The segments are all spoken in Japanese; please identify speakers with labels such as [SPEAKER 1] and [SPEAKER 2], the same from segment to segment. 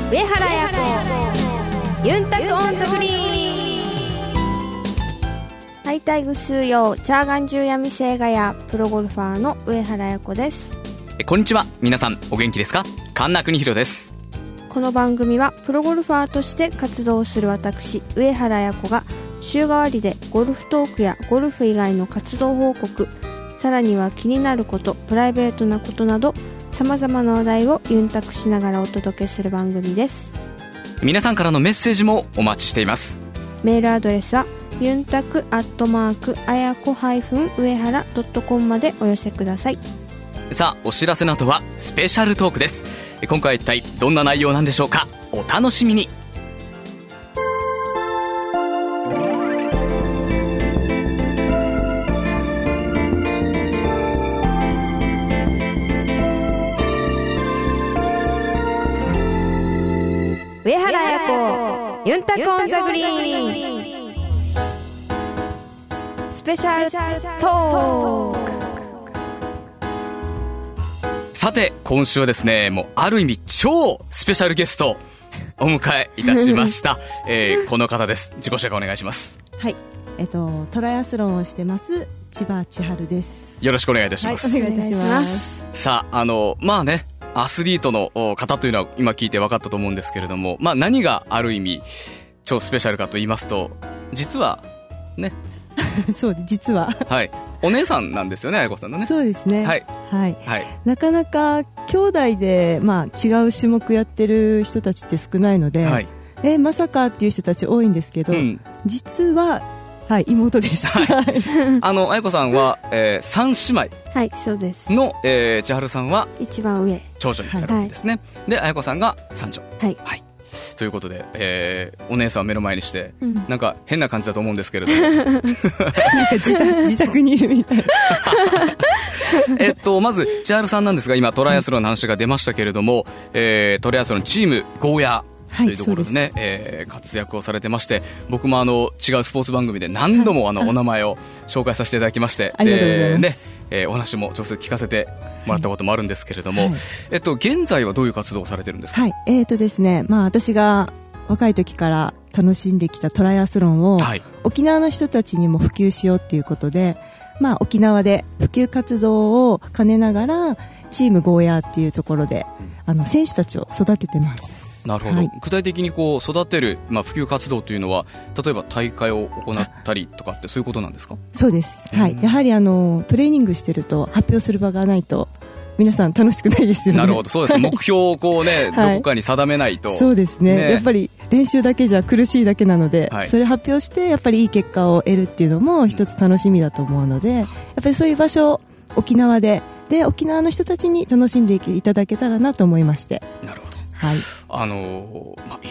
[SPEAKER 1] 上原彩子ユンタクオンザグリーン。
[SPEAKER 2] ハイタイグ数用チャーガン中闇星ガヤプロゴルファーの上原彩子です。
[SPEAKER 3] こんにちは、皆さんお元気ですか？神田邦弘です。
[SPEAKER 2] この番組はプロゴルファーとして活動する私上原彩子が週替わりでゴルフトークやゴルフ以外の活動報告、さらには気になること、プライベートなことなど様々な話題をユンタクしながらお届けする番組です。
[SPEAKER 3] 皆さんからのメッセージもお待ちしています。
[SPEAKER 2] メールアドレスはユンタク@あやこ上原.com までお寄せください。
[SPEAKER 3] さあ、お知らせの後はスペシャルトークです。今回一体どんな内容なんでしょうか？お楽しみに。
[SPEAKER 1] 上原彩子ユンタクオンザグリーンスペシャルトーク。
[SPEAKER 3] さて、今週はですね、もうある意味超スペシャルゲストをお迎えいたしました、この方です。自己紹介お願いします。
[SPEAKER 4] はい、トライアスロンをしてます千葉千春です。
[SPEAKER 3] よろしくお願いいたします。
[SPEAKER 4] はい、お願いいたします。
[SPEAKER 3] さあ、まあね、アスリートの方というのは今聞いて分かったと思うんですけれども、まあ何がある意味超スペシャルかと言いますと、実はね
[SPEAKER 4] そう、実は
[SPEAKER 3] はい、お姉さんなんですよね、あやこさんのね。
[SPEAKER 4] そうですね。
[SPEAKER 3] はい、
[SPEAKER 4] はい
[SPEAKER 3] はい、
[SPEAKER 4] なかなか兄弟で、まあ、違う種目やってる人たちって少ないので、
[SPEAKER 3] はい、
[SPEAKER 4] まさかっていう人たち多いんですけど、実は、はい、妹です。
[SPEAKER 3] はい、あやこさんは、3姉妹。
[SPEAKER 2] はい、そうです。
[SPEAKER 3] の、千春さんは
[SPEAKER 2] 一番上、
[SPEAKER 3] 長女になるんですね。はい、で、あやこさんが三女。
[SPEAKER 2] はい。
[SPEAKER 3] はい。ということで、お姉さんを目の前にして、なんか変な感じだと思うんですけれどもなんか
[SPEAKER 4] 自宅にいるみたい
[SPEAKER 3] まず千春さんなんですが、今トライアスロンの話が出ましたけれども、トライアスロンチームゴーヤというところでね、活躍をされてまして、僕も違うスポーツ番組で何度もお名前を紹介させていただきまして、
[SPEAKER 4] ありがとうございます。
[SPEAKER 3] お話も直接聞かせてもらったこともあるんですけれども、現在はどういう活動をされてるんですか？
[SPEAKER 4] はい、ですね、まあ、私が若い時から楽しんできたトライアスロンを、はい、沖縄の人たちにも普及しようっていうことで、まあ、沖縄で普及活動を兼ねながらチームゴーヤーっていうところで選手たちを育ててます。
[SPEAKER 3] なるほど、はい、具体的にこう育てる、普及活動というのは、例えば大会を行ったりとかってそういうことなんですか？
[SPEAKER 4] そうです、はい、やはりトレーニングしてると発表する場がないと皆さん楽しくないですよね。
[SPEAKER 3] なるほど、そうです。目標をこうね、はい、どこかに定めないと。
[SPEAKER 4] そうですね、やっぱり練習だけじゃ苦しいだけなので、はい、それ発表してやっぱりいい結果を得るっていうのも一つ楽しみだと思うので、やっぱりそういう場所を沖縄で沖縄の人たちに楽しんでいただけたらなと思いまして。
[SPEAKER 3] なるほど、
[SPEAKER 4] はい、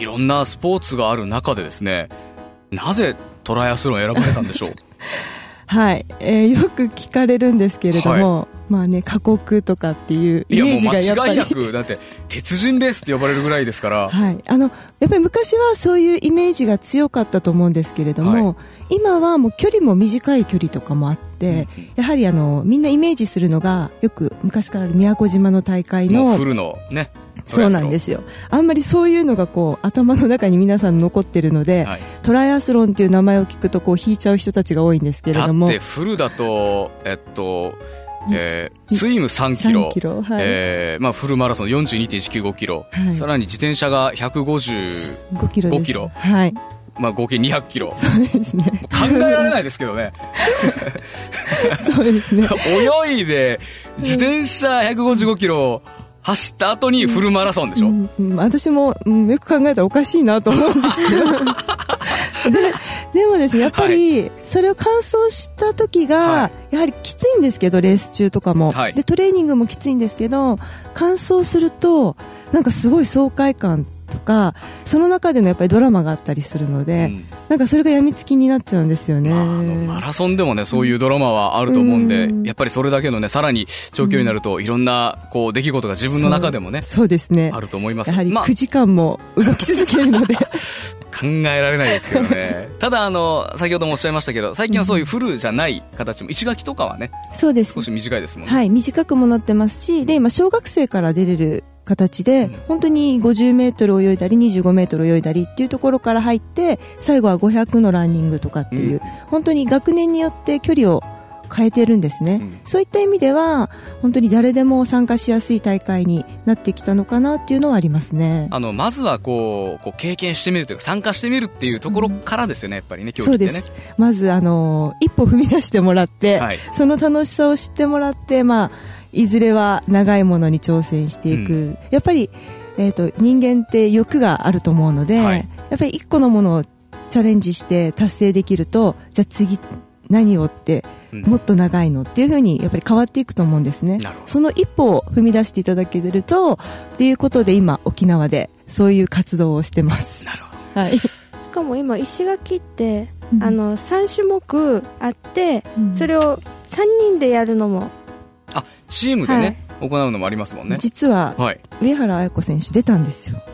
[SPEAKER 3] いろんなスポーツがある中でですね、なぜトライアスロンを選ばれたんでしょう？
[SPEAKER 4] はい、よく聞かれるんですけれども、はい、まあね、過酷とかっていうイメージがやっぱり、
[SPEAKER 3] いや、もう間違いなくだって鉄人レースって呼ばれるぐらいですから、
[SPEAKER 4] はい、やっぱり昔はそういうイメージが強かったと思うんですけれども、はい、今はもう距離も短い距離とかもあって、やはりみんなイメージするのがよく昔からある宮古島の大会の
[SPEAKER 3] フルのね、
[SPEAKER 4] そうなんですよ。あんまりそういうのがこう頭の中に皆さん残ってるので、はい、トライアスロンっていう名前を聞くとこう引いちゃう人たちが多いんですけれども、
[SPEAKER 3] だってフルだとスイム3キロ、はい、フルマラソン 42.195 キロ、はい、さらに自転車が155キロ、
[SPEAKER 4] はい、
[SPEAKER 3] 合計200キロ。
[SPEAKER 4] そうですね。
[SPEAKER 3] 考えられないですけどね。
[SPEAKER 4] そうですね。
[SPEAKER 3] 泳いで自転車155キロ走った後にフルマラソンでしょ？
[SPEAKER 4] 私も、よく考えたらおかしいなと思うんですけどでもですね、やっぱりそれを完走した時がやはりきついんですけど、レース中とかも、はい、でトレーニングもきついんですけど、完走するとなんかすごい爽快感とか、その中でのやっぱりドラマがあったりするので、なんかそれがやみつきになっちゃうんですよね。
[SPEAKER 3] マラソンでもね、そういうドラマはあると思うんで、やっぱりそれだけのね、さらに長距離になるといろんなこう出来事が自分の中でもね、
[SPEAKER 4] そうですね、
[SPEAKER 3] あると思います。
[SPEAKER 4] やはり9時間も動き続けるので
[SPEAKER 3] 考えられないですけどね。ただ先ほどもおっしゃいましたけど、最近はそういうフルじゃない形も、石垣とかはね、
[SPEAKER 4] そうです、
[SPEAKER 3] 少し短いですもんね。
[SPEAKER 4] はい、短くもなってますし、で今小学生から出れる形で、本当に50メートル泳いだり25メートル泳いだりっていうところから入って、最後は500のランニングとかっていう、本当に学年によって距離を変えてるんですね、そういった意味では本当に誰でも参加しやすい大会になってきたのかなっていうのはありますね。
[SPEAKER 3] まずはこう経験してみるというか参加してみるっていうところからですよね、やっぱりね、競技ってね。そうです。
[SPEAKER 4] まず一歩踏み出してもらって、その楽しさを知ってもらって、いずれは長いものに挑戦していく、やっぱり、人間って欲があると思うので、やっぱり一個のものをチャレンジして達成できると、じゃあ次何をってもっと長いのっていう風にやっぱり変わっていくと思うんですね。その一歩を踏み出していただけるとっていうことで、今沖縄でそういう活動をしてます。
[SPEAKER 3] なるほど、
[SPEAKER 2] しかも今石垣って、3種目あって、それを3人でやるのも
[SPEAKER 3] チームでね、行うのもありますもんね。
[SPEAKER 4] 実は、上原綾子選手出たんですよ。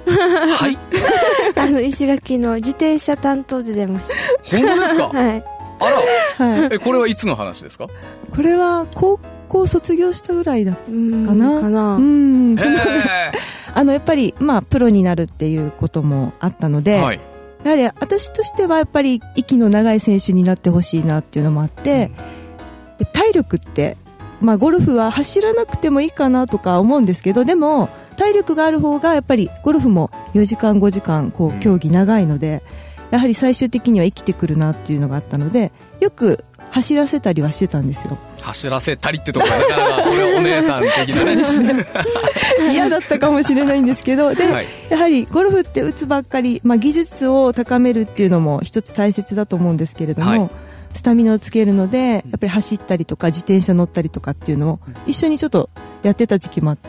[SPEAKER 2] 石垣の自転車担当で出ました。
[SPEAKER 3] 本当ですか？あら、これはいつの話ですか？
[SPEAKER 4] これは高校卒業したぐらいだったかな。やっぱり、プロになるっていうこともあったので、やはり私としてはやっぱり息の長い選手になってほしいなっていうのもあって、体力って、ゴルフは走らなくてもいいかなとか思うんですけど、でも体力がある方がやっぱりゴルフも4時間5時間競技長いので、やはり最終的には生きてくるなっていうのがあったので、よく走らせたりはしてたんですよ。
[SPEAKER 3] 走らせたりってところがなかなかお姉さん的なね
[SPEAKER 4] 嫌だったかもしれないんですけど、で、やはりゴルフって打つばっかり、技術を高めるっていうのも一つ大切だと思うんですけれども、スタミナをつけるので、やっぱり走ったりとか自転車乗ったりとかっていうのを一緒にちょっとやってた時期もあって、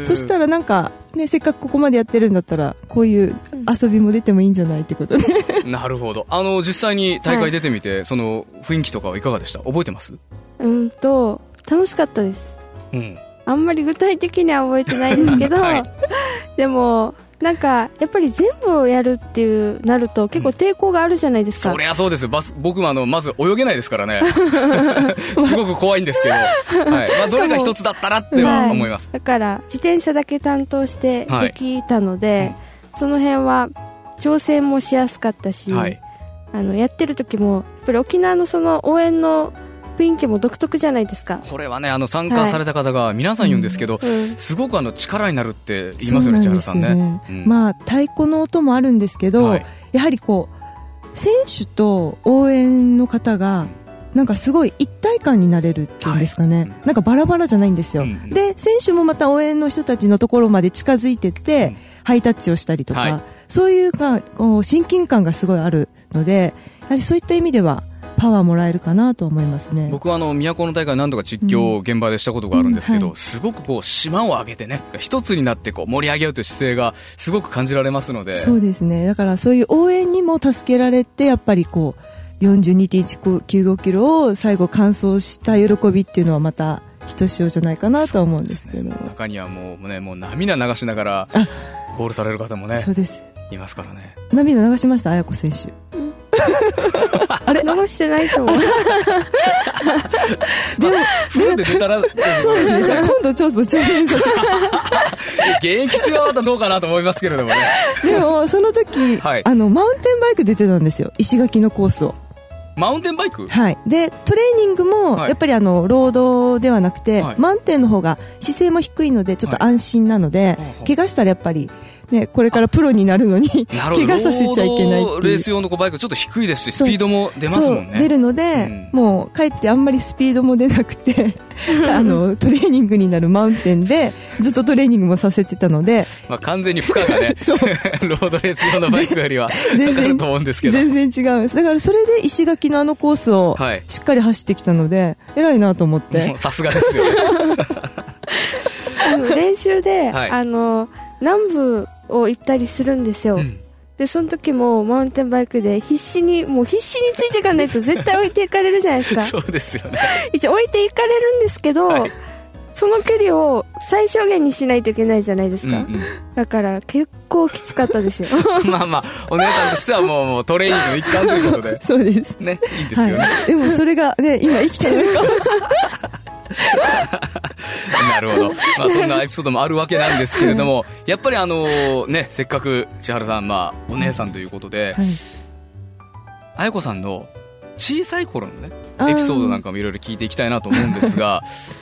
[SPEAKER 4] そしたらなんか、ね、せっかくここまでやってるんだったらこういう遊びも出てもいいんじゃないってことで
[SPEAKER 3] なるほど。実際に大会出てみて、その雰囲気とかはいかがでした？覚えてます？
[SPEAKER 2] 楽しかったです、あんまり具体的には覚えてないんですけど、でもなんかやっぱり全部をやるっていうなると結構抵抗があるじゃないですか。
[SPEAKER 3] そりゃそうですよ。僕もまず泳げないですからねすごく怖いんですけど、どれが一つだったらっては思います、
[SPEAKER 2] だから自転車だけ担当してできたので、その辺は挑戦もしやすかったし、やってる時もやっぱり沖縄のその応援の雰囲気も独特じゃないですか。
[SPEAKER 3] これはね、参加された方が皆さん言うんですけど、すごく力になるって言いますよね、千原さんね。
[SPEAKER 4] 太鼓の音もあるんですけど、やはり選手と応援の方がなんかすごい一体感になれるっていうんですかね、なんかバラバラじゃないんですよ、で選手もまた応援の人たちのところまで近づいてって、ハイタッチをしたりとか、そういう親近感がすごいあるので、やはりそういった意味ではパワーもらえるかなと思いますね。
[SPEAKER 3] 僕は都の大会何度か実況現場でしたことがあるんですけど、すごく島を挙げてね、一つになって盛り上げようという姿勢がすごく感じられますので。
[SPEAKER 4] そうですね。だからそういう応援にも助けられて、やっぱり42.195 キロを最後完走した喜びっていうのはまたひとしおじゃないかなと思うんですけど、
[SPEAKER 3] 中にはもう涙流しながらゴールされる方もね、いますからね。
[SPEAKER 4] 涙流しました、綾子選手。
[SPEAKER 2] あれ流してないと思うでも
[SPEAKER 3] フルで出たら
[SPEAKER 4] そうですね。じゃあ今度ちょっと挑戦さ
[SPEAKER 3] せて現役中はまたどうかなと思いますけれどもね。
[SPEAKER 4] でもその時、マウンテンバイク出てたんですよ、石垣のコースを。
[SPEAKER 3] マウンテンバイク？
[SPEAKER 4] でトレーニングもやっぱりロードではなくて、マウンテンの方が姿勢も低いのでちょっと安心なので、怪我したらやっぱりね、これからプロになるのに怪我させちゃいけないっていう。
[SPEAKER 3] レース用のバイクちょっと低いですし、スピードも出ますもんね。
[SPEAKER 4] 出るので、もう帰ってあんまりスピードも出なくてトレーニングになるマウンテンでずっとトレーニングもさせてたので、
[SPEAKER 3] 完全に負荷がねロードレース用のバイクよりはかかると思うんですけど、
[SPEAKER 4] 全然違うんです。だからそれで石垣のコースをしっかり走ってきたので、偉いなと思って。
[SPEAKER 3] さすがですよ
[SPEAKER 2] 練習で、南部を行ったりするんですよ、でその時もマウンテンバイクで必死についていかないと絶対置いていかれるじゃないですか
[SPEAKER 3] そうですよね。
[SPEAKER 2] 一応置いていかれるんですけど、その距離を最小限にしないといけないじゃないですか、だから結構きつかったですよ
[SPEAKER 3] お姉さんとしてはもうトレーニングの一環ということで
[SPEAKER 4] そうです
[SPEAKER 3] ね、いいですよね、
[SPEAKER 4] でもそれがね今生きてるかもしれない
[SPEAKER 3] なるほど、まあ、そんなエピソードもあるわけなんですけれども、やっぱりね、せっかく千春さん、まあ、お姉さんということで、はい、綾子さんの小さい頃のねエピソードなんかもいろいろ聞いていきたいなと思うんですが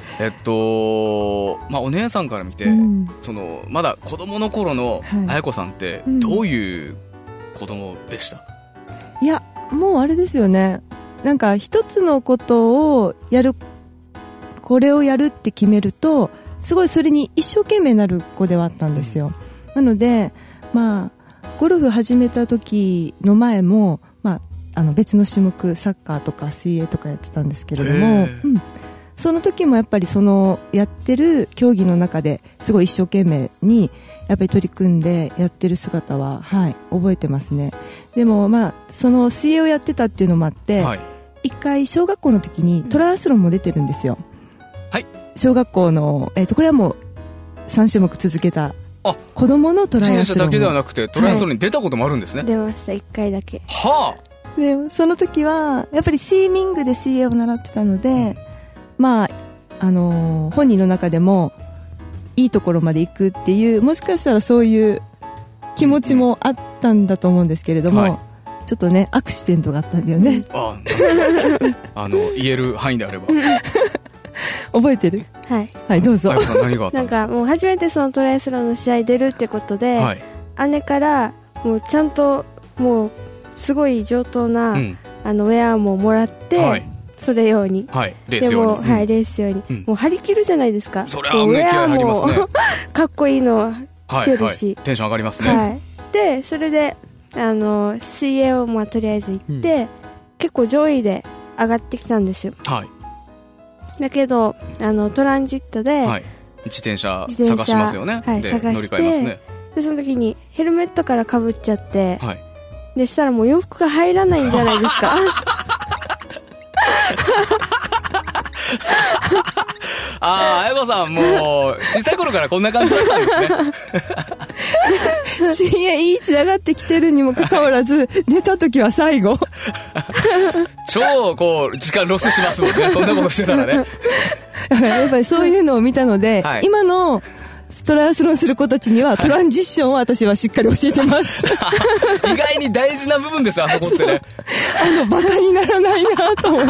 [SPEAKER 3] まあ、お姉さんから見て、まだ子供の頃の綾子さんってどういう子供でした？
[SPEAKER 4] いや、もうあれですよね、なんか一つのことをやる、これをやるって決めるとすごいそれに一生懸命なる子ではあったんですよ。なので、まあ、ゴルフ始めた時の前も、まあ、別の種目サッカーとか水泳とかやってたんですけれども、その時もやっぱりそのやってる競技の中ですごい一生懸命にやっぱり取り組んでやってる姿は、はい、覚えてますね。でも、まあ、その水泳をやってたっていうのもあって、はい、一回小学校の時にトライアスロンも出てるんですよ。はい、小学校の、これはもう3種目続けた子供のトライアスロン。自転車だ
[SPEAKER 3] けではなくてトライアスロンに出たこともあるんですね。
[SPEAKER 2] 出ました、1回だけ。
[SPEAKER 3] はあ。
[SPEAKER 4] でその時はやっぱりスイミングで水泳を習ってたので、まあ本人の中でもいいところまで行くっていう、もしかしたらそういう気持ちもあったんだと思うんですけれども、はい、ちょっとねアクシデントがあったんだよね。
[SPEAKER 3] 言える範囲であれば
[SPEAKER 4] 覚えてる？
[SPEAKER 2] はい、
[SPEAKER 4] はい、どうぞ。
[SPEAKER 3] 何があったんですか？
[SPEAKER 2] なんかもう初めてそのトライアスロンの試合出るってことで、はい、姉からもうちゃんともうすごい上等な、ウェアももらって、はい、それ用に、
[SPEAKER 3] はい、レース用に、
[SPEAKER 2] でも、はい、レース用に、もう張り切るじゃないですか。
[SPEAKER 3] それは気合入りますね。
[SPEAKER 2] かっこいいの着てるし、
[SPEAKER 3] はいはい、テンション上がりますね。
[SPEAKER 2] はい、でそれで水泳をまあとりあえず行って、結構上位で上がってきたんですよ。はい、だけどトランジットで、はい、自転車
[SPEAKER 3] 探しますよね。
[SPEAKER 2] はい、
[SPEAKER 3] で
[SPEAKER 2] 探して
[SPEAKER 3] 乗り換えますね。
[SPEAKER 2] でその時にヘルメットからかぶっちゃって、はい、でしたらもう洋服が入らないんじゃないですか。
[SPEAKER 3] 綾子さんもう小さい頃からこんな感じだったんですね。
[SPEAKER 4] 水泳いいつながってきてるにもかかわらず、寝た時は最後
[SPEAKER 3] 超こう時間ロスしますもんね。そんなことしてたらね。
[SPEAKER 4] やっぱりそういうのを見たので、はい、今のトライアスロンする子たちにはトランジッションを私はしっかり教えてます。
[SPEAKER 3] 意外に大事な部分です、あそこってね。
[SPEAKER 4] バカにならないなと思って。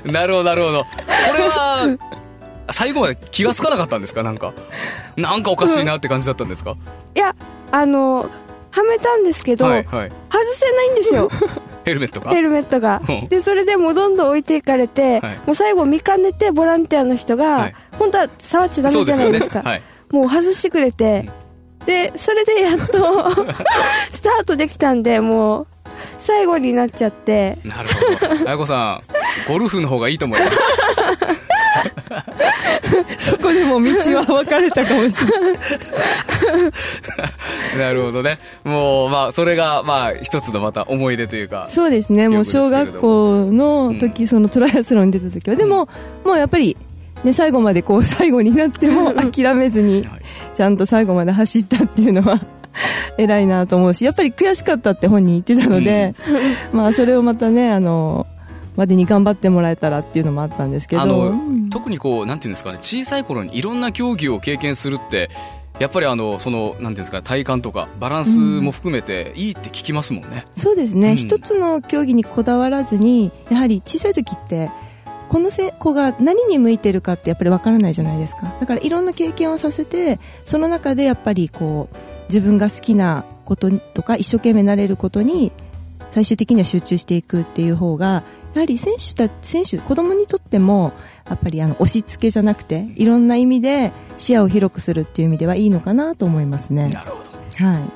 [SPEAKER 3] なるほどなるほど。これは最後まで気がつかなかったんですか？なんかおかしいなって感じだったんですか？
[SPEAKER 2] いや、はめたんですけど、はいはい、外せないんですよ。
[SPEAKER 3] ヘルメットが
[SPEAKER 2] でそれでもうどんどん置いていかれて、はい、もう最後見かねてボランティアの人が、はい、本当は触っちゃダメじゃないですか。もう外してくれて、でそれでやっとスタートできたんで、もう最後になっちゃって。
[SPEAKER 3] なるほど。綾子さん、ゴルフの方がいいと思います。
[SPEAKER 4] そこでも道は分かれたかもしれない。
[SPEAKER 3] なるほどね。もうまあそれがまあ一つのまた思い出というか。
[SPEAKER 4] そうですね。もう小学校の時、そのトライアスロンに出た時は、でももうやっぱりね、最後までこう最後になっても諦めずにちゃんと最後まで走ったっていうのは偉いなと思うし、やっぱり悔しかったって本人言ってたので、まあそれをまたねまでに頑張ってもらえたらっていうのもあったんですけど、
[SPEAKER 3] 特にこうなんていうんですかね、小さい頃にいろんな競技を経験するってやっぱりそのなんていうんですか、体幹とかバランスも含めていいって聞きますもんね。
[SPEAKER 4] そうですね、一つの競技にこだわらずに、やはり小さい時ってこの子が何に向いてるかってやっぱり分からないじゃないですか。だからいろんな経験をさせて、その中でやっぱりこう自分が好きなこととか一生懸命なれることに最終的には集中していくっていう方が、やはり選手子供にとってもやっぱり押し付けじゃなくて、いろんな意味で視野を広くするっていう意味ではいいのかなと思いますね。
[SPEAKER 3] なるほど、はい。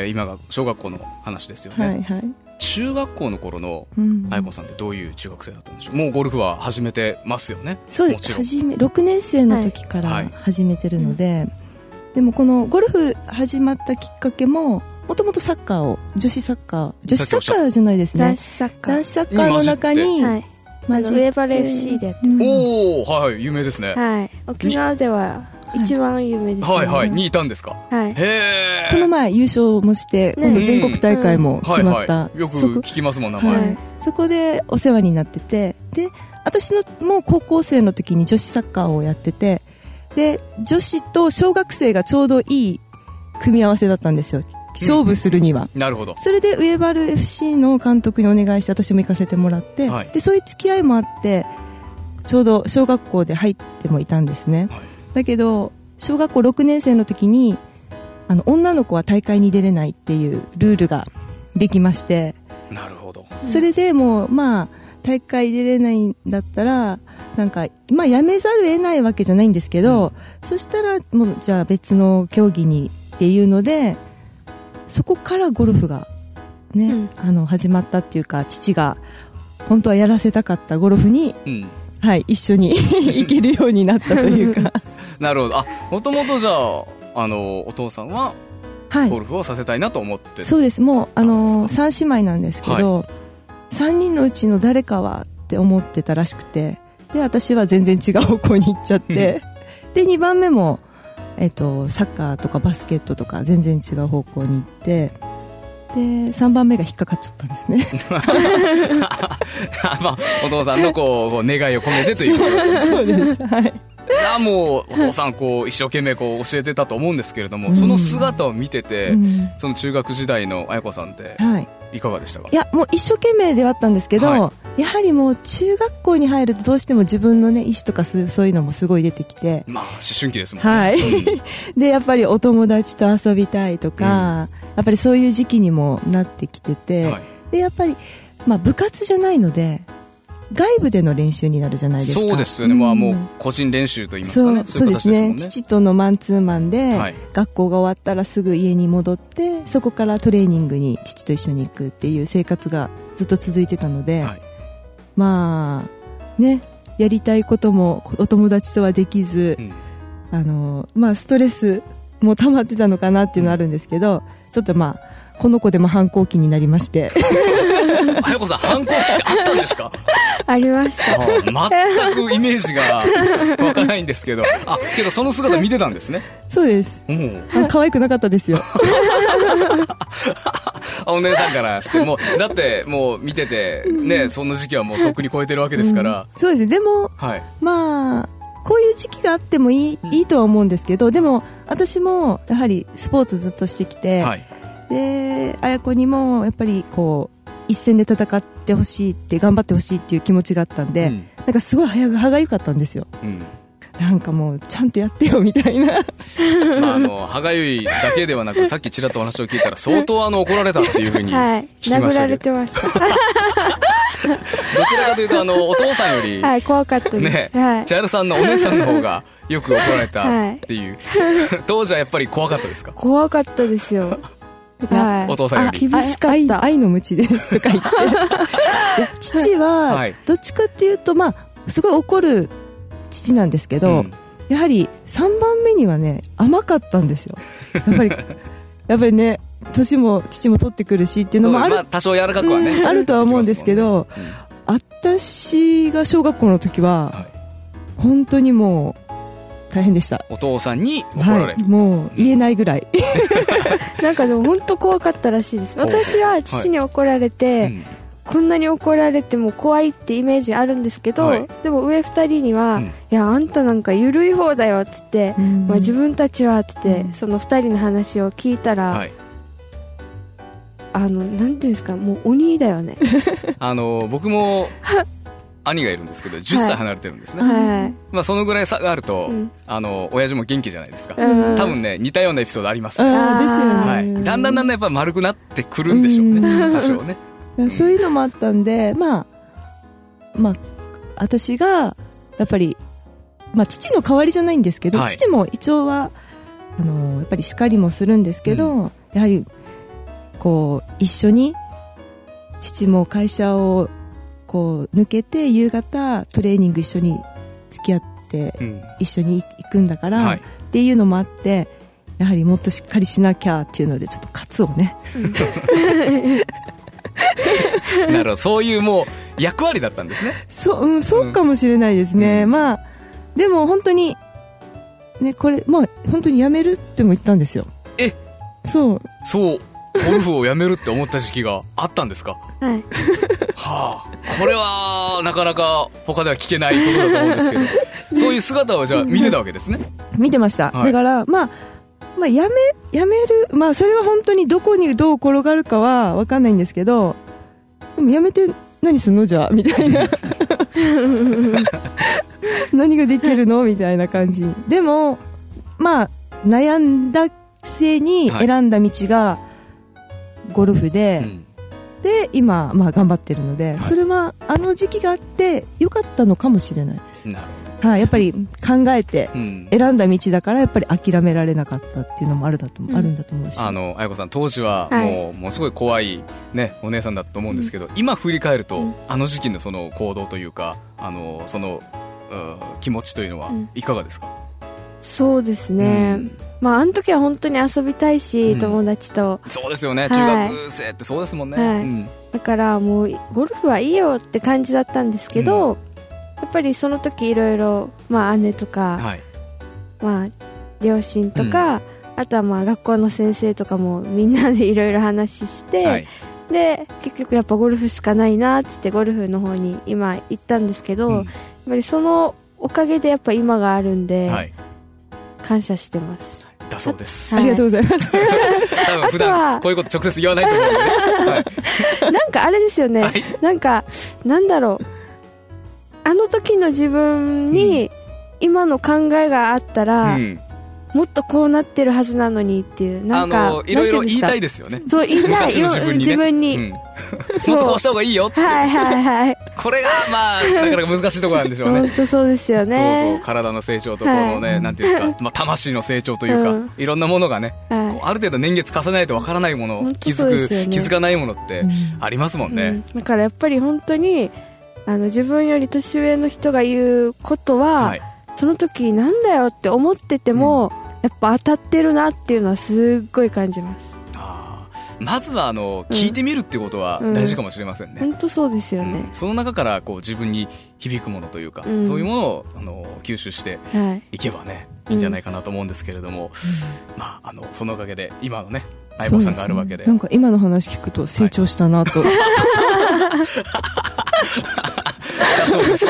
[SPEAKER 3] 今が小学校の話ですよね。はいはい。中学校の頃の綾子さんってどういう中学生だったんでしょう？もうゴルフは始めてますよね。
[SPEAKER 4] そうです。6年生の時から始めてるので、はい、でもこのゴルフ始まったきっかけももともとサッカーを女子サッカーじゃないですね、
[SPEAKER 2] 男子サッカー
[SPEAKER 4] の中に
[SPEAKER 2] 混じって、ウェーバル FC でやってます。
[SPEAKER 3] おー、はい、有名ですね。
[SPEAKER 2] はい、沖縄では一番有名ですね。
[SPEAKER 3] はいはい、にいたんですか。
[SPEAKER 2] はい。
[SPEAKER 3] へー。
[SPEAKER 4] この前優勝もして、今度全国大会も決まった、
[SPEAKER 3] はいはい、よく聞きますもん名前、はい、
[SPEAKER 4] そこでお世話になってて、で私のもう高校生の時に女子サッカーをやってて、 で女子と小学生がちょうどいい組み合わせだったんですよ、勝負するには。
[SPEAKER 3] なるほど。
[SPEAKER 4] それで上原 FC の監督にお願いして私も行かせてもらって、はい、でそういう付き合いもあってちょうど小学校で入ってもいたんですね、はい、だけど小学校6年生の時に女の子は大会に出れないっていうルールができまして、
[SPEAKER 3] なるほど。
[SPEAKER 4] それでもう大会出れないんだったらなんかやめざるを得ないわけじゃないんですけど、そしたらもうじゃあ別の競技にっていうので、そこからゴルフがね、始まったっていうか、父が本当はやらせたかったゴルフに、はい、一緒に行けるようになったというか
[SPEAKER 3] なるほど。もともとじゃあお父さんはゴルフをさせたいなと思って、
[SPEAKER 4] そうです。もう3姉妹なんですけど、はい、3人のうちの誰かはって思ってたらしくて、で私は全然違う方向に行っちゃってで2番目も、サッカーとかバスケットとか全然違う方向に行って、で3番目が引っかかっちゃったんですね
[SPEAKER 3] お父さんのこう願いを込めてということです
[SPEAKER 4] そうです、はい。
[SPEAKER 3] じゃあもうお父さん一生懸命教えてたと思うんですけれども、その姿を見てて、その中学時代の彩子さんっていかがでしたか？
[SPEAKER 4] いやもう一生懸命ではあったんですけど、はい、やはりもう中学校に入るとどうしても自分の、ね、意思とかそういうのもすごい出てきて、
[SPEAKER 3] 思春期ですもんね、
[SPEAKER 4] はい、でやっぱりお友達と遊びたいとか、やっぱりそういう時期にもなってきてて、はい、でやっぱり、部活じゃないので外部での練習になるじゃないですか。
[SPEAKER 3] そうですよね、もう個人練習と言いますかね。
[SPEAKER 4] そうですね。父とのマンツーマンで、はい、学校が終わったらすぐ家に戻って、そこからトレーニングに父と一緒に行くっていう生活がずっと続いてたので、はい、ね、やりたいこともお友達とはできず、ストレスも溜まってたのかなっていうのはあるんですけど、ちょっとこの子でも反抗期になりまして
[SPEAKER 3] 彩子さん反抗期ってあったんですか？
[SPEAKER 2] ありました。
[SPEAKER 3] 全くイメージが湧かないんですけど、けどその姿見てたんですね。
[SPEAKER 4] そうです、可愛くなかったですよ
[SPEAKER 3] お姉さんからしてもだってもう見ててね、そんな時期はもうとっくに超えてるわけですから、
[SPEAKER 4] そうですね。でも、はい、こういう時期があってもいいとは思うんですけど、でも私もやはりスポーツずっとしてきて、はい、で彩子にもやっぱり一戦で戦ってほしいって頑張ってほしいっていう気持ちがあったんで、なんかすごい歯がゆかったんですよ、なんかもうちゃんとやってよみたいな
[SPEAKER 3] 歯がゆいだけではなく、さっきちらっとお話を聞いたら相当怒られたっていうふうに聞きましたけど、
[SPEAKER 2] 殴られてましたどち
[SPEAKER 3] らかというとお父さんより、
[SPEAKER 2] はい、怖かったです、
[SPEAKER 3] ね、はい、千春さんのお姉さんの方がよく怒られたっていう、当時はやっぱり怖かったですか？
[SPEAKER 2] 怖かったですよ
[SPEAKER 3] はい、お父さんより
[SPEAKER 2] 厳しかった。
[SPEAKER 4] 愛の無知ですとか言って父はどっちかっていうとすごい怒る父なんですけど、やはり3番目にはね甘かったんですよ。やっぱりね、年も父も取ってくるしっていうのもある、
[SPEAKER 3] 多少柔らかくはね、
[SPEAKER 4] あるとは思うんですけど、私が小学校の時は、本当にもう大変でした。
[SPEAKER 3] お父さんに怒られる、
[SPEAKER 4] もう言えないぐらい
[SPEAKER 2] なんかでも本当怖かったらしいです。私は父に怒られて、こんなに怒られても怖いってイメージあるんですけど、でも上2人には、いやあんたなんか緩い方だよって言って、自分たちはって言って、その2人の話を聞いたら、なんていうんですか、もう鬼だよね
[SPEAKER 3] 僕も兄がいるんですけど10歳離れてるんですね、そのぐらい差があると、親父も元気じゃないですか、多分ね似たようなエピソードあります、
[SPEAKER 4] ですよね、
[SPEAKER 3] だんだんやっぱ丸くなってくるんでしょうね、多少ね、
[SPEAKER 4] そういうのもあったんで、私がやっぱり、父の代わりじゃないんですけど、父も一応はやっぱり叱りもするんですけど、やはり一緒に父も会社を抜けて夕方トレーニング一緒に付き合って、一緒に行くんだから、っていうのもあって、やはりもっとしっかりしなきゃっていうのでちょっと喝をね
[SPEAKER 3] なるほど、そういうもう役割だったんですね。
[SPEAKER 4] そうかもしれないですね、でも本当にね、これ本当にやめるっても言ったんですよ。
[SPEAKER 3] そうゴルフをやめるって思った時期があったんですか？
[SPEAKER 2] はい
[SPEAKER 3] はあ、これはなかなか他では聞けないことだと思うんですけどそういう姿をじゃあ見てたわけですね。
[SPEAKER 4] 見てました、
[SPEAKER 3] はい、
[SPEAKER 4] だからまあやめる、まあそれは本当にどこにどう転がるかは分かんないんですけど、でもやめて何すんのじゃあみたいな何ができるのみたいな感じ。でもまあ悩んだ末に選んだ道がゴルフで、はい、で今、まあ、頑張ってるので、はい、それはあの時期があって良かったのかもしれないです。なるほど、はい、やっぱり考えて選んだ道だからやっぱり諦められなかったっていうのもあるんだと思うし、
[SPEAKER 3] 彩子さん当時はもうすごい怖い、ね、お姉さんだと思うんですけど、今振り返ると、あの時期のその行動というかその気持ちというのはいかがですか？
[SPEAKER 2] そうですね、まあ、あの時は本当に遊びたいし、友達と。
[SPEAKER 3] そうですよね、中学生ってそうですもんね、
[SPEAKER 2] はいだからもうゴルフはいいよって感じだったんですけど、やっぱりその時いろいろ姉とか、はい、まあ、両親とか、あとはまあ学校の先生とかもみんなでいろいろ話して、はい、で結局やっぱゴルフしかないなって言ってゴルフの方に今行ったんですけど、やっぱりそのおかげでやっぱ今があるんで、はい、感謝してます。
[SPEAKER 3] だそうです、
[SPEAKER 4] はい、ありがとうございます
[SPEAKER 3] 多分普段こういうこと直接言わないと思うんでね、はい、
[SPEAKER 2] なんかあれですよね、はい、なんだろう、あの時の自分に今の考えがあったら、もっとこうなってるはずなのにっていう、なんか
[SPEAKER 3] いろいろ言いたいですよね。
[SPEAKER 2] そう言いたい、昔の自分に、
[SPEAKER 3] もっとこうした方がいいよって、
[SPEAKER 2] はいはいはい、こ
[SPEAKER 3] れがまあなかなか難しいところなんでしょうね。
[SPEAKER 2] 本当そうですよね。
[SPEAKER 3] そう体の成長とこのね、なんていうか、まあ、魂の成長というか、いろんなものがね、こうある程度年月重ねないとわからないもの、気づかないものってありますもんね、
[SPEAKER 2] だからやっぱり本当に自分より年上の人が言うことは、その時なんだよって思ってても、やっぱ当たってるなっていうのはすっごい感じます。
[SPEAKER 3] まずは聞いてみるってことは大事かもしれませんね。
[SPEAKER 2] 本当そうですよね、
[SPEAKER 3] その中からこう自分に響くものというか、そういうものを吸収していけばね、いいんじゃないかなと思うんですけれども、まあ、そのおかげで今のね相棒さんがあるわけで、
[SPEAKER 4] なんか今の話聞くと成長したなと、
[SPEAKER 3] そうです、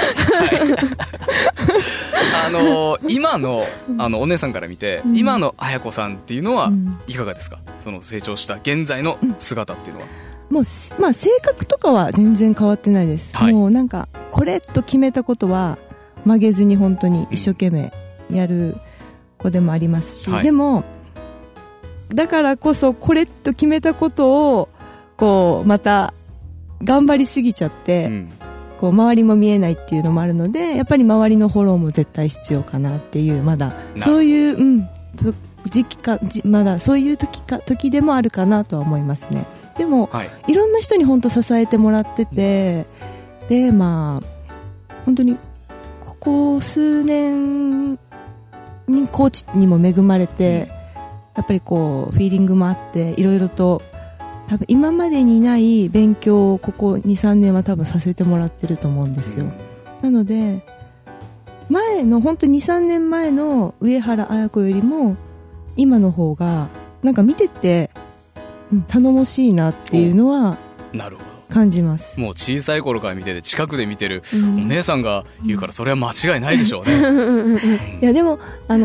[SPEAKER 3] 今のお姉さんから見て、今の彩子さんっていうのはいかがですか？その成長した現在の姿っていうのは。
[SPEAKER 4] もう、まあ、性格とかは全然変わってないです、もうなんかこれと決めたことは曲げずに本当に一生懸命やる子でもありますし、でもだからこそこれと決めたことをこうまた頑張りすぎちゃって、こう周りも見えないっていうのもあるので、やっぱり周りのフォローも絶対必要かなっていう、まだそういう、時期かまだそういう時でもあるかなとは思いますね。でも、いろんな人に本当支えてもらってて、でまあ本当にここ数年にコーチにも恵まれて、やっぱりこうフィーリングもあっていろいろと多分今までにない勉強をここ 2,3 年は多分させてもらってると思うんですよ、なので前の本当に 2,3 年前の上原彩子よりも今の方がなんか見てて、頼もしいなっていうのは感じます。
[SPEAKER 3] もう小さい頃から見てて近くで見てるお姉さんが言うから、それは間違いないでしょうね、
[SPEAKER 4] いやでも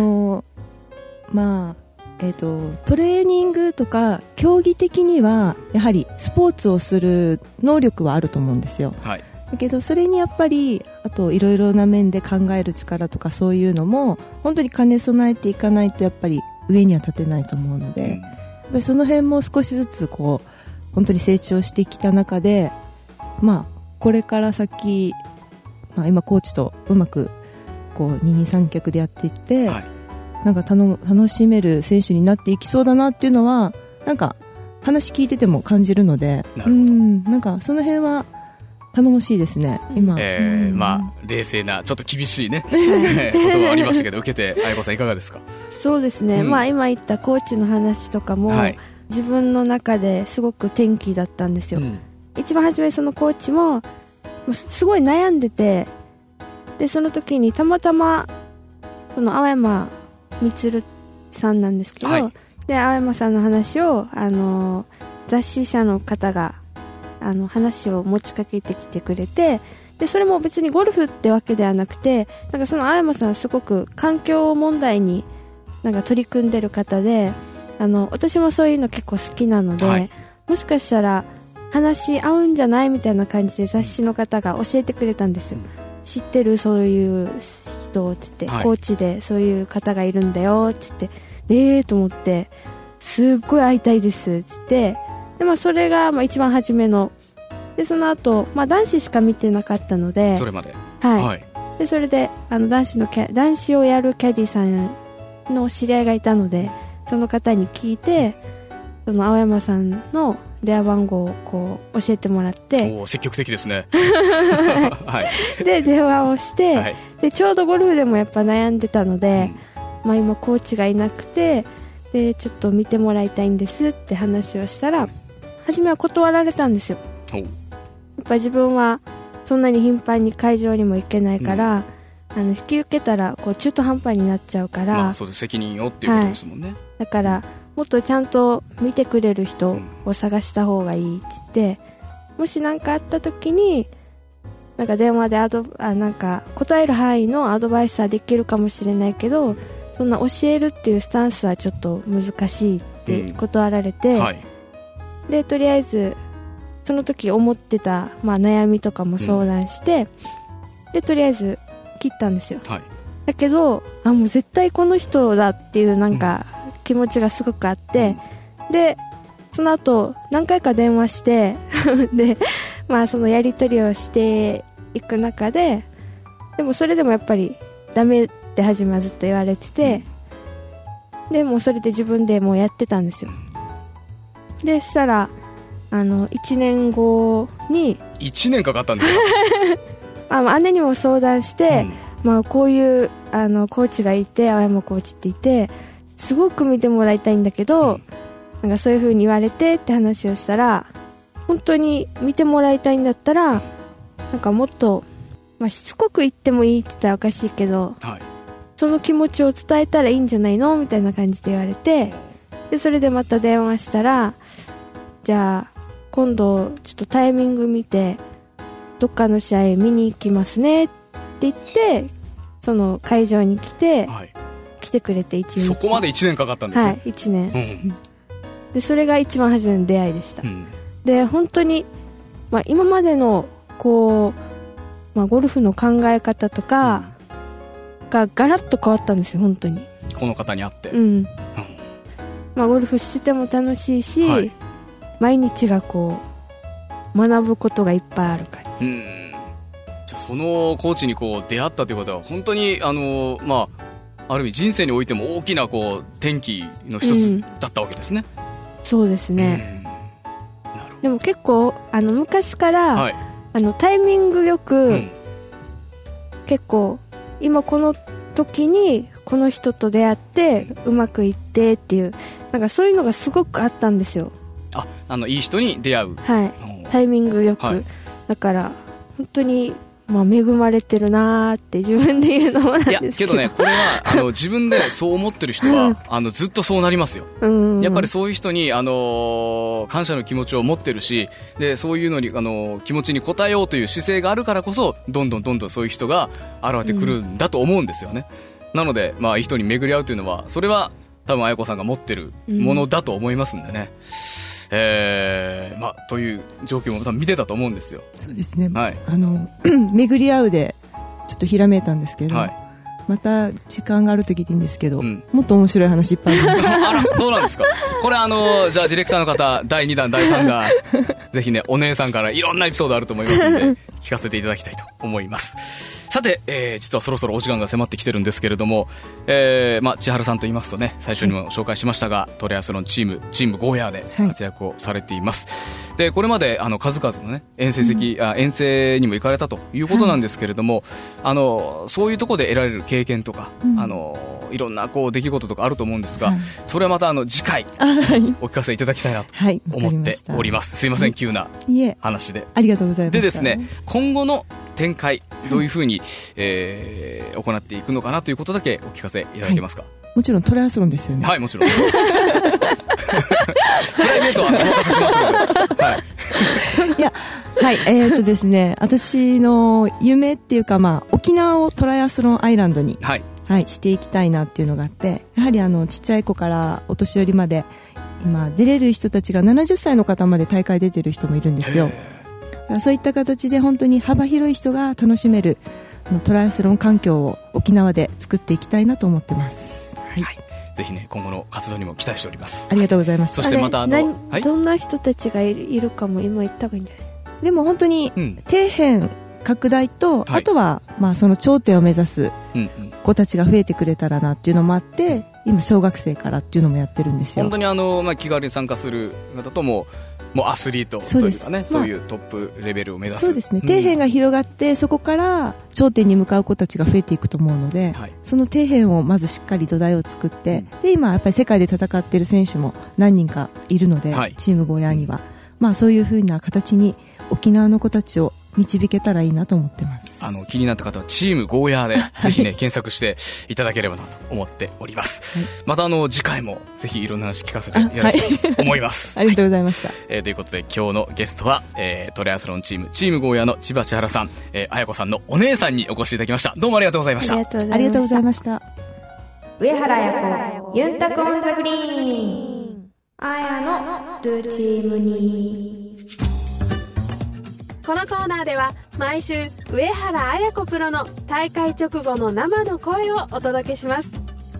[SPEAKER 4] まあトレーニングとか競技的にはやはりスポーツをする能力はあると思うんですよ、だけどそれにやっぱりあといろいろな面で考える力とかそういうのも本当に兼ね備えていかないとやっぱり上には立てないと思うので、やっぱりその辺も少しずつこう本当に成長してきた中で、まあこれから先、今コーチとうまくこう二人三脚でやっていって、なんか楽しめる選手になっていきそうだなっていうのはなんか話聞いてても感じるので、なんかその辺は頼もしいですね今、
[SPEAKER 3] まあ冷静なちょっと厳しいね言葉ありましたけど、受けて彩子さんいかがですか？
[SPEAKER 2] そうですね、まあ今言ったコーチの話とかも、自分の中ですごく転機だったんですよ、一番初めそのコーチもすごい悩んでて、でその時にたまたまその青山充さんなんですけど、で青山さんの話を雑誌社の方が話を持ちかけてきてくれて、でそれも別にゴルフってわけではなくて、なんかその青山さんはすごく環境問題になんか取り組んでる方で、私もそういうの結構好きなので、はい、もしかしたら話合うんじゃないみたいな感じで雑誌の方が教えてくれたんですよ。知ってるそういう人って言って、はい、コーチでそういう方がいるんだよって言って、と思ってすっごい会いたいですって言って、で、それが一番初めので、その後、男子しか見てなかったので、
[SPEAKER 3] それまで、
[SPEAKER 2] はい、はい、でそれで男子をやるキャディさんの知り合いがいたので、その方に聞いて、その青山さんの電話番号をこう教えてもらって、
[SPEAKER 3] お積極的ですね、はい、
[SPEAKER 2] で電話をして、はい、でちょうどゴルフでもやっぱ悩んでたので、今コーチがいなくて、でちょっと見てもらいたいんですって話をしたら、初めは断られたんですよ。やっぱ自分はそんなに頻繁に会場にも行けないから、引き受けたらこう中途半端になっちゃうから、
[SPEAKER 3] そうです、責任をっていうことですもんね、はい、
[SPEAKER 2] だからもっとちゃんと見てくれる人を探した方がいいって言って、もし何かあった時になんか電話でなんか答える範囲のアドバイスはできるかもしれないけど、そんな教えるっていうスタンスはちょっと難しいって断られて、はい、でとりあえずその時思ってた、悩みとかも相談して、でとりあえず切ったんですよ、はい、だけどもう絶対この人だっていうなんか気持ちがすごくあって、でその後何回か電話してで、そのやり取りをしていく中で、でもそれでもやっぱりダメって初めはずっと言われてて、でもうそれで自分でもうやってたんですよ。でしたら1年後に
[SPEAKER 3] 1年かかったんです
[SPEAKER 2] か姉にも相談して、こういうコーチがいて、青山コーチっていてすごく見てもらいたいんだけど、なんかそういう風に言われてって話をしたら、本当に見てもらいたいんだったらなんかもっと、しつこく言ってもいいって言ったらおかしいけど、はい、その気持ちを伝えたらいいんじゃないのみたいな感じで言われて、でそれでまた電話したら、じゃあ今度ちょっとタイミング見てどっかの試合見に行きますねって言って、その会場に来て、はい、来てくれて1日。
[SPEAKER 3] そこまで1年かかったんですね。
[SPEAKER 2] はい、1年、でそれが一番初めの出会いでした、で本当に、今までのこう、ゴルフの考え方とかがガラッと変わったんですよ、本当に
[SPEAKER 3] この方に会って、
[SPEAKER 2] ゴルフしてても楽しいし、はい、毎日がこう学ぶことがいっぱいある感じ。
[SPEAKER 3] じゃあそのコーチにこう出会ったということは本当にある意味人生においても大きなこう転機の一つだったわけですね、
[SPEAKER 2] そうですね、でも結構昔から、はい、タイミングよく、結構今この時にこの人と出会ってうまくいってっていう、なんかそういうのがすごくあったんですよ。
[SPEAKER 3] いい人に出会う、
[SPEAKER 2] はい、タイミングよく、はい、だから本当に恵まれてるなーって自分で言うのもなんですけど、いや
[SPEAKER 3] けどね、これは自分でそう思ってる人はずっとそうなりますよ。やっぱりそういう人に感謝の気持ちを持ってるし、でそういうのに気持ちに応えようという姿勢があるからこそ、どんどんそういう人が現れてくるんだと思うんですよね、なので、いい人に巡り合うというのは、それは多分彩子さんが持ってるものだと思いますんでね、という状況も多分見てたと思うんですよ。
[SPEAKER 4] そうですね、はい、巡り合うでちょっとひらめいたんですけど、はい、また時間がある時でいいんですけど、もっと面白い話いっぱいあります
[SPEAKER 3] あら、そうなんですか。これじゃあディレクターの方、第2弾第3弾ぜひね、お姉さんからいろんなエピソードあると思いますので聞かせていただきたいと思います。さて、実はそろそろお時間が迫ってきてるんですけれども、千春さんと言いますとね、最初にも紹介しましたが、トライアスロンチームゴーヤーで活躍をされています、でこれまで数々のね遠征にも行かれたということなんですけれども、そういうところで得られる経験とか、いろんなこう出来事とかあると思うんですが、それはまた次回お聞かせいただきたいなと思っております、すいません、急な話で。
[SPEAKER 4] ありがとうございます。
[SPEAKER 3] でですね、今後の展開どういうふうに、行っていくのかなということだけお聞かせいただけますか。
[SPEAKER 4] もちろんトライアスロンですよね。
[SPEAKER 3] はい、もちろんプライベートはお任せしますので、はい
[SPEAKER 4] いや、はい、ですね、私の夢っていうか、沖縄をトライアスロンアイランドに、はいはい、していきたいなっていうのがあって、やはりちっちゃい子からお年寄りまで今出れる人たちが70歳の方まで大会出てる人もいるんですよ。そういった形で本当に幅広い人が楽しめるトライアスロン環境を沖縄で作っていきたいなと思ってます。はい、はい、
[SPEAKER 3] ぜひね、今後の活動にも期待しております。
[SPEAKER 4] ありがとうございます。
[SPEAKER 3] そしてまた
[SPEAKER 2] はい、どんな人たちがいるかも今言った方がいいんじゃない？
[SPEAKER 4] でも本当に底辺拡大と、あとはその頂点を目指す子たちが増えてくれたらなっていうのもあって、今小学生からっていうのもやってるんですよ。
[SPEAKER 3] 本当に気軽に参加する方ともうアスリートというかね、そういうトップレベルを目指す。
[SPEAKER 4] そうですね、底辺が広がってそこから頂点に向かう子たちが増えていくと思うので、はい、その底辺をまずしっかり土台を作って、で今やっぱり世界で戦っている選手も何人かいるので、はい、チームゴーヤーには、そういう風な形に沖縄の子たちを導けたらいいなと思ってます。
[SPEAKER 3] 気になった方はチームゴーヤーでぜひね検索していただければなと思っております、はい、また次回もぜひいろんな話聞かせていただきたいと思います、
[SPEAKER 4] はい、ありがとうございました、
[SPEAKER 3] ということで今日のゲストは、トライアスロンチームゴーヤーの千葉千原さん、彩子さんのお姉さんにお越しいただきました。どうもありがとうございました。
[SPEAKER 4] ありがとうございました。
[SPEAKER 1] 上原彩子ユンタクオンザグリーン、あやのドゥチームに。
[SPEAKER 2] このコーナーでは毎週上原彩子プロの大会直後の生の声をお届けします。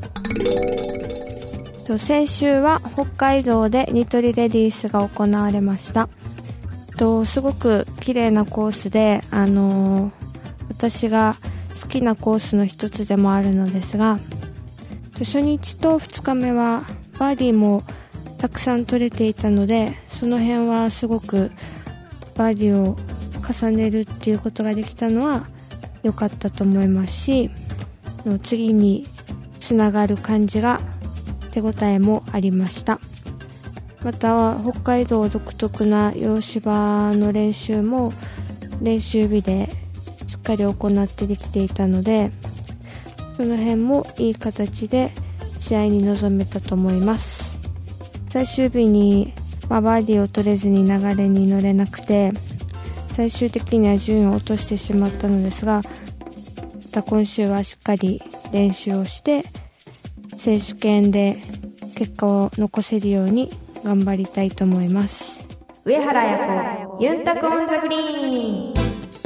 [SPEAKER 2] 先週は北海道でニトリレディースが行われました。すごく綺麗なコースで、私が好きなコースの一つでもあるのですが、初日と2日目はバーディーもたくさん取れていたので、その辺はすごくバーディーを重ねるっていうことができたのは良かったと思いますし、次につながる感じが手応えもありました。また北海道独特な洋芝の練習も練習日でしっかり行ってできていたので、その辺もいい形で試合に臨めたと思います。最終日にバーディーを取れずに流れに乗れなくて、最終的には順位を落としてしまったのですが、また今週はしっかり練習をして選手権で結果を残せるように頑張りたいと思います。
[SPEAKER 1] 上原彩子ユンタクオンザグリーン。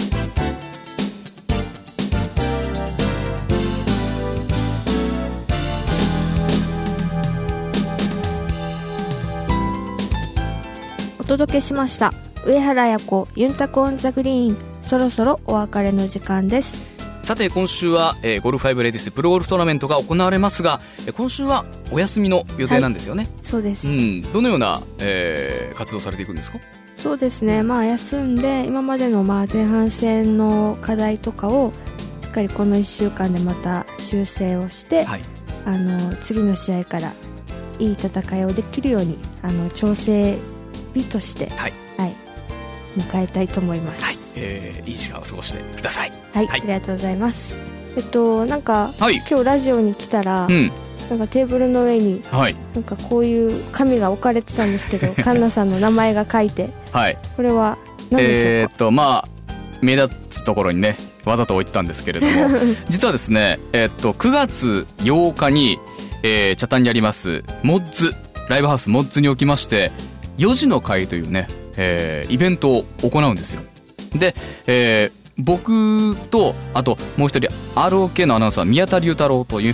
[SPEAKER 2] お届けしました上原彩子ユンタクオンザグリーン。そろそろお別れの時間です。
[SPEAKER 3] さて今週は、ゴルフ5レディスプロゴルフトーナメントが行われますが、今週はお休みの予定なんですよね。はい、
[SPEAKER 2] そうです、
[SPEAKER 3] どのような、活動されていくんですか？
[SPEAKER 2] そうですね、休んで今までの前半戦の課題とかをしっかりこの1週間でまた修正をして、はい、次の試合からいい戦いをできるように調整日として、はいはい、迎えたいと思います。はい、
[SPEAKER 3] いい時間を過ごしてください。
[SPEAKER 2] はい、はい、ありがとうございます。なんか、はい、今日ラジオに来たら、なんかテーブルの上に、はい、なんかこういう紙が置かれてたんですけど、カンナさんの名前が書いて、はい、これは何でしょうか？
[SPEAKER 3] 目立つところにねわざと置いてたんですけれども実はですね、9月8日に、北谷にありますモッズライブハウスモッズにおきまして4時の会というね、イベントを行うんですよ。で、僕とあともう一人 ROK のアナウンサー宮田龍太郎という、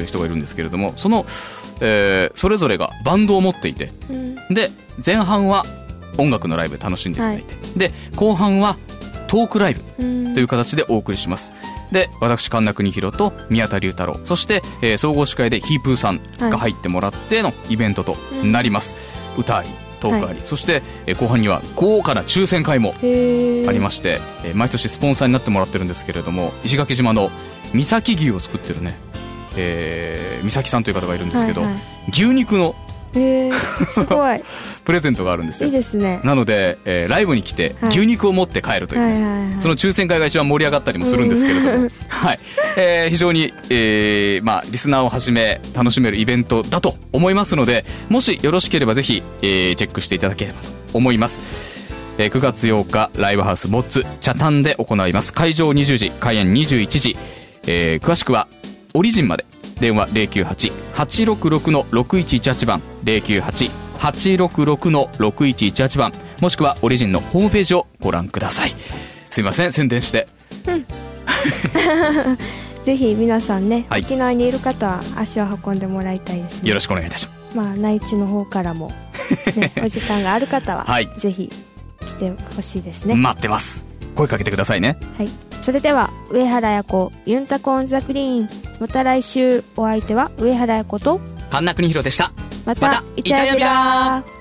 [SPEAKER 3] 人がいるんですけれども、その、それぞれがバンドを持っていて、で前半は音楽のライブで楽しんでいただいて、で後半はトークライブという形でお送りします。で私神田邦弘と宮田龍太郎、そして、総合司会でヒープーさんが入ってもらってのイベントとなります。歌ありトークあり、はい、そして、後半には豪華な抽選会もありまして、毎年スポンサーになってもらってるんですけれども、石垣島の三崎牛を作ってるね、三崎さんという方がいるんですけど、はいはい、牛肉の
[SPEAKER 2] すごい
[SPEAKER 3] プレゼントがあるんですよ。
[SPEAKER 2] いいですね。
[SPEAKER 3] なので、ライブに来て牛肉を持って帰るという、はいはいはいはい、その抽選会が一番盛り上がったりもするんですけれども、はい、非常に、リスナーをはじめ楽しめるイベントだと思いますので、もしよろしければぜひ、チェックしていただければと思います。 9月8日ライブハウスモッツ北谷で行います。会場20時、開演21時。詳しくはオリジンまで。電話 098-866-6118 番 098-866-6118 番、もしくはオリジンのホームページをご覧ください。すいません、宣伝して。
[SPEAKER 2] ぜひ皆さんね、
[SPEAKER 3] はい、
[SPEAKER 2] 沖縄にいる方は足を運んでもらいたいですね。
[SPEAKER 3] よろしくお願いいたします。
[SPEAKER 2] 内地の方からも、ね、お時間がある方は、
[SPEAKER 3] はい、
[SPEAKER 2] ぜひ来てほしいですね。
[SPEAKER 3] 待ってます。声かけてくださいね。
[SPEAKER 2] はい、それでは上原彩子ユンタコオンザグリーン、また来週。お相手は上原彩子と
[SPEAKER 3] 神田邦弘でした。
[SPEAKER 2] またイチャヤビラー。